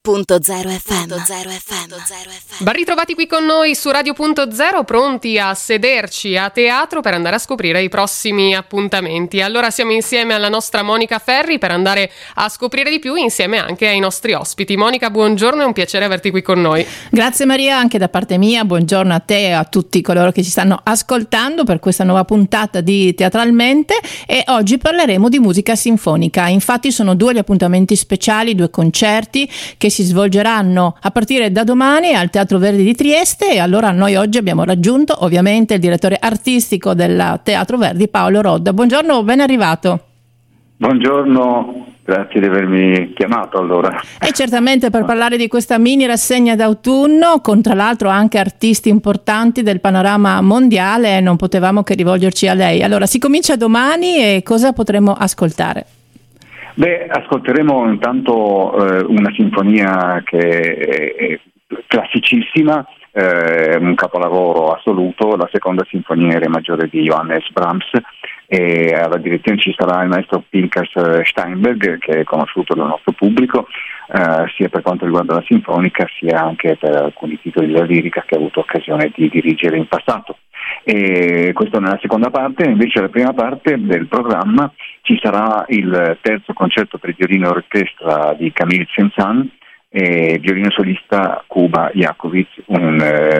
FM. Ben ritrovati qui con noi su Radio.0, pronti a sederci a teatro per andare a scoprire i prossimi appuntamenti. Allora siamo insieme alla nostra Monica Ferri per andare a scoprire di più, insieme anche ai nostri ospiti. Monica, buongiorno, è un piacere averti qui con noi. Grazie Maria, anche da parte mia, buongiorno a te e a tutti coloro che ci stanno ascoltando per questa nuova puntata di Teatralmente, e oggi parleremo di musica sinfonica. Infatti sono due gli appuntamenti speciali, due concerti che si svolgeranno a partire da domani al Teatro Verdi di Trieste, e allora noi oggi abbiamo raggiunto ovviamente il direttore artistico del Teatro Verdi, Paolo Rodda. Buongiorno, ben arrivato. Buongiorno, grazie di avermi chiamato allora. E certamente per parlare di questa mini rassegna d'autunno, con tra l'altro anche artisti importanti del panorama mondiale, non potevamo che rivolgerci a lei. Allora, si comincia domani e cosa potremo ascoltare? Beh, ascolteremo intanto una sinfonia che è classicissima, un capolavoro assoluto, la seconda sinfonia in re maggiore di Johannes Brahms, e alla direzione ci sarà il maestro Pinkas Steinberg, che è conosciuto dal nostro pubblico, sia per quanto riguarda la sinfonica sia anche per alcuni titoli della lirica che ha avuto occasione di dirigere in passato. E questo nella seconda parte. Invece nella prima parte del programma ci sarà il terzo concerto per violino e orchestra di Camille Saint-Saëns e violino solista Kuba Jakovic, un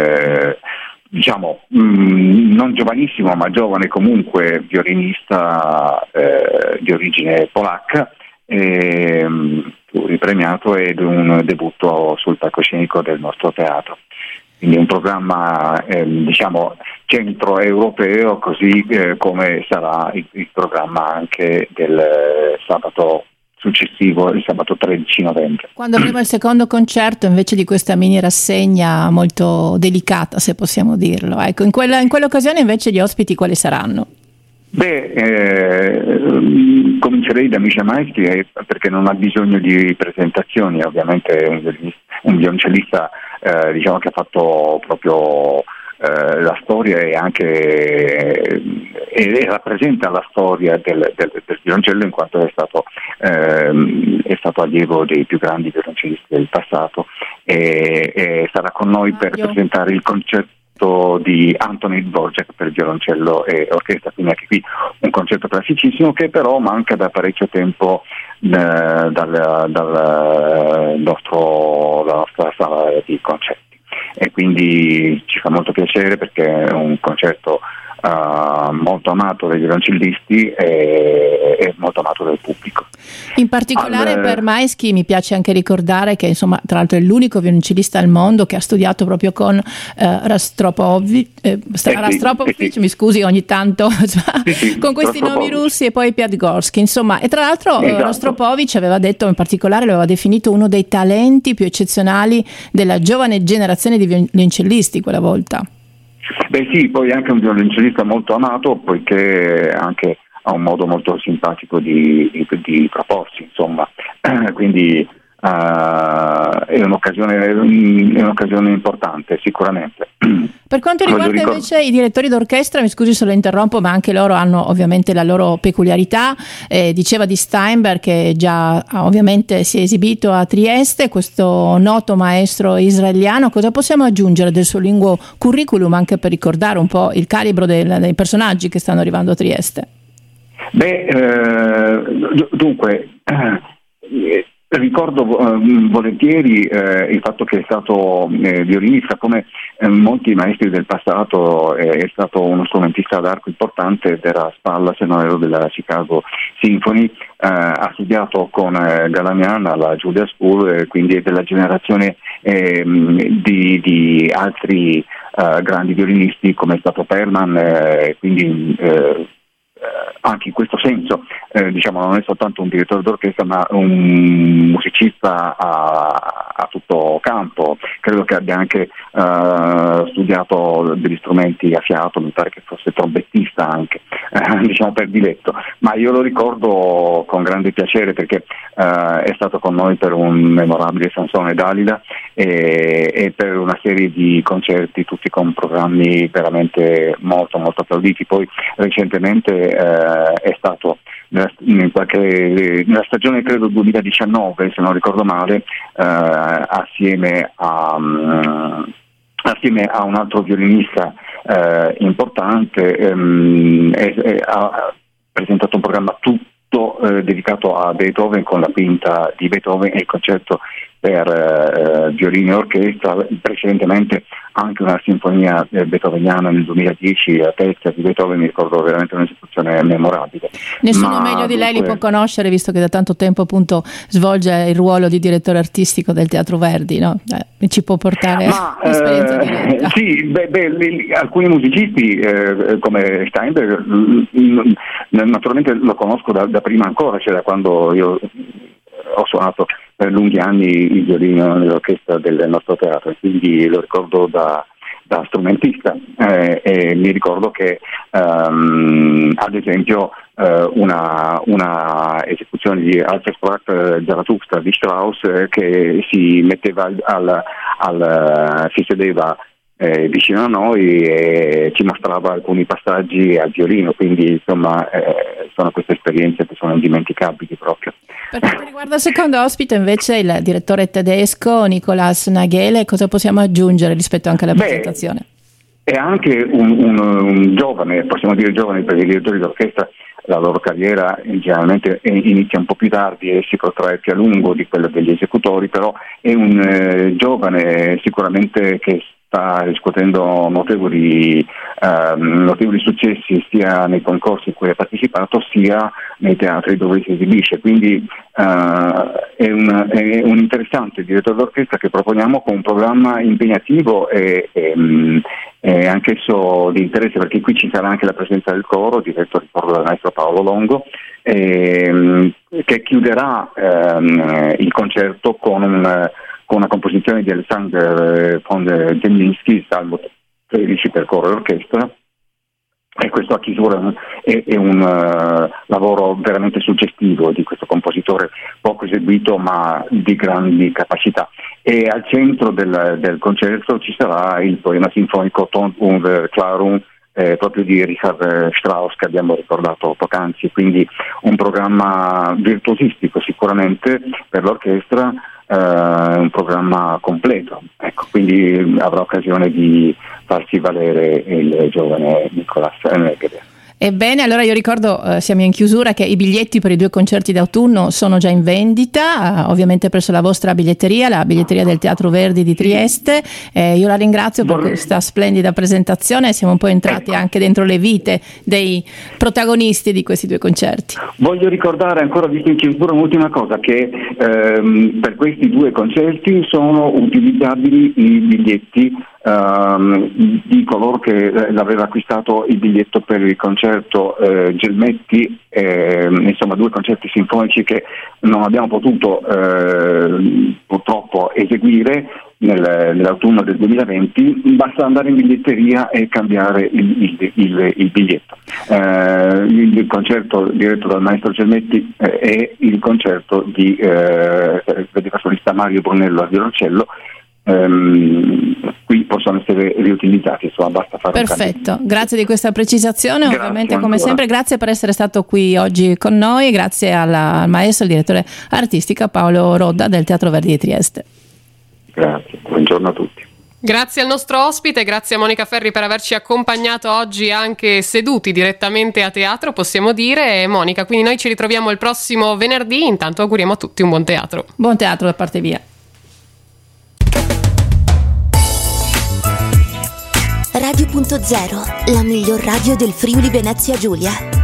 non giovanissimo ma giovane comunque violinista di origine polacca, pluripremiato, ed un debutto sul palcoscenico del nostro teatro. Quindi un programma centroeuropeo, così come sarà il programma anche del sabato successivo, il sabato 13 novembre. Quando avremo il secondo concerto invece di questa mini rassegna molto delicata, se possiamo dirlo, ecco, in quell'occasione invece gli ospiti quali saranno? Comincerei da Misha Maestri, perché non ha bisogno di presentazioni. Ovviamente è un violoncellista che ha fatto proprio la storia e anche rappresenta la storia del violoncello, in quanto è stato allievo dei più grandi violoncellisti del passato, e sarà con noi per presentare il concerto di Antonín Dvořák per violoncello e orchestra. Quindi anche qui un concerto classicissimo che però manca da parecchio tempo dalla nostra sala di concerti, e quindi ci fa molto piacere perché è un concerto molto amato dai violoncellisti e molto amato dal pubblico. In particolare per Maeschi mi piace anche ricordare che insomma tra l'altro è l'unico violoncellista al mondo che ha studiato proprio con Rostropovich, mi scusi ogni tanto con questi nomi russi, e poi Piatgorsky, insomma, e tra l'altro Rostropovich aveva detto, in particolare lo aveva definito uno dei talenti più eccezionali della giovane generazione di violoncellisti quella volta. Beh sì, poi anche un violoncellista molto amato, poiché anche ha un modo molto simpatico di proporsi, insomma, quindi è un'occasione importante sicuramente. Per quanto riguarda invece i direttori d'orchestra, mi scusi se lo interrompo, ma anche loro hanno ovviamente la loro peculiarità. Diceva di Steinberg che già ovviamente si è esibito a Trieste, questo noto maestro israeliano. Cosa possiamo aggiungere del suo lungo curriculum, anche per ricordare un po' il calibro dei personaggi che stanno arrivando a Trieste? Ricordo volentieri il fatto che è stato violinista, come molti maestri del passato, è stato uno strumentista ad arco importante, ed era a spalla, se non ero, della Chicago Symphony. Ha studiato con Galamian alla Juilliard School, quindi è della generazione di altri grandi violinisti come è stato Perlman, quindi anche in questo senso non è soltanto un direttore d'orchestra ma un musicista a tutto campo. Credo che abbia anche studiato degli strumenti a fiato, mi pare che fosse trombettista anche, per diletto, ma io lo ricordo con grande piacere perché è stato con noi per un memorabile Sansone Dalila e per una serie di concerti, tutti con programmi veramente molto molto applauditi. Poi recentemente è stato nella stagione credo 2019, se non ricordo male, assieme a un altro violinista importante, ha presentato un programma tutto dedicato a Beethoven, con la quinta di Beethoven e il concerto per violino e orchestra, precedentemente anche una sinfonia beethoveniana nel 2010 a terza di Beethoven. Mi ricordo veramente un'esecuzione memorabile. Nessuno meglio di lei li può conoscere, visto che da tanto tempo appunto svolge il ruolo di direttore artistico del Teatro Verdi, no? Ci può portare l'esperienza diretta. Sì, alcuni musicisti come Steinberg naturalmente lo conosco da prima ancora, cioè da quando io ho suonato per lunghi anni il violino nell'orchestra del nostro teatro, quindi lo ricordo da strumentista, e mi ricordo che ad esempio una esecuzione di Alter Sprach Zarathustra di Strauss, che si metteva si sedeva vicino a noi e ci mostrava alcuni passaggi al violino, quindi insomma sono queste esperienze che sono indimenticabili proprio. Per quanto riguarda il secondo ospite invece, il direttore tedesco Nicolas Nagele, cosa possiamo aggiungere rispetto anche alla presentazione? È anche un giovane, possiamo dire giovane, per i direttori d'orchestra la loro carriera generalmente inizia un po' più tardi e si protrae più a lungo di quella degli esecutori, però è un giovane sicuramente che sta riscuotendo notevoli successi sia nei concorsi in cui ha partecipato sia nei teatri dove si esibisce, quindi è un interessante direttore d'orchestra che proponiamo con un programma impegnativo e anch'esso di interesse, perché qui ci sarà anche la presenza del coro diretto, ricordo, dal maestro Paolo Longo, che chiuderà il concerto con una composizione di Alexander von Zemlinsky, Salmo 13 per coro e orchestra, e questo a chiusura è un lavoro veramente suggestivo di questo compositore poco eseguito ma di grandi capacità. E al centro del concerto ci sarà il poema sinfonico Ton und Klarung, proprio di Richard Strauss, che abbiamo ricordato poc'anzi, quindi un programma virtuosistico sicuramente per l'orchestra, un programma completo, ecco, quindi avrà occasione di farsi valere il giovane Nicolas Nagele. Ebbene, allora io ricordo, siamo in chiusura, che i biglietti per i 2 concerti d'autunno sono già in vendita, ovviamente presso la vostra biglietteria, la biglietteria del Teatro Verdi di Trieste. Io la ringrazio per questa splendida presentazione, siamo un po' entrati anche dentro le vite dei protagonisti di questi 2 concerti. Voglio ricordare ancora, visto in chiusura, un'ultima cosa, che per questi 2 concerti sono utilizzabili i biglietti di coloro che l'aveva acquistato il biglietto per il concerto Gelmetti, insomma 2 concerti sinfonici che non abbiamo potuto purtroppo eseguire nell'autunno del 2020. Basta andare in biglietteria e cambiare il biglietto. Il concerto diretto dal maestro Gelmetti è il concerto di vedeva solista Mario Brunello al violoncello. Qui possono essere riutilizzati, insomma basta fare perfetto, grazie di questa precisazione. Grazie, ovviamente come sempre grazie per essere stato qui oggi con noi, grazie al maestro, il direttore artistico Paolo Rodda del Teatro Verdi di Trieste. Grazie, buongiorno a tutti. Grazie al nostro ospite, grazie a Monica Ferri per averci accompagnato oggi anche seduti direttamente a teatro, possiamo dire. Monica, quindi noi ci ritroviamo il prossimo venerdì, intanto auguriamo a tutti un buon teatro. Buon teatro da parte mia. Radio.0, la miglior radio del Friuli Venezia Giulia.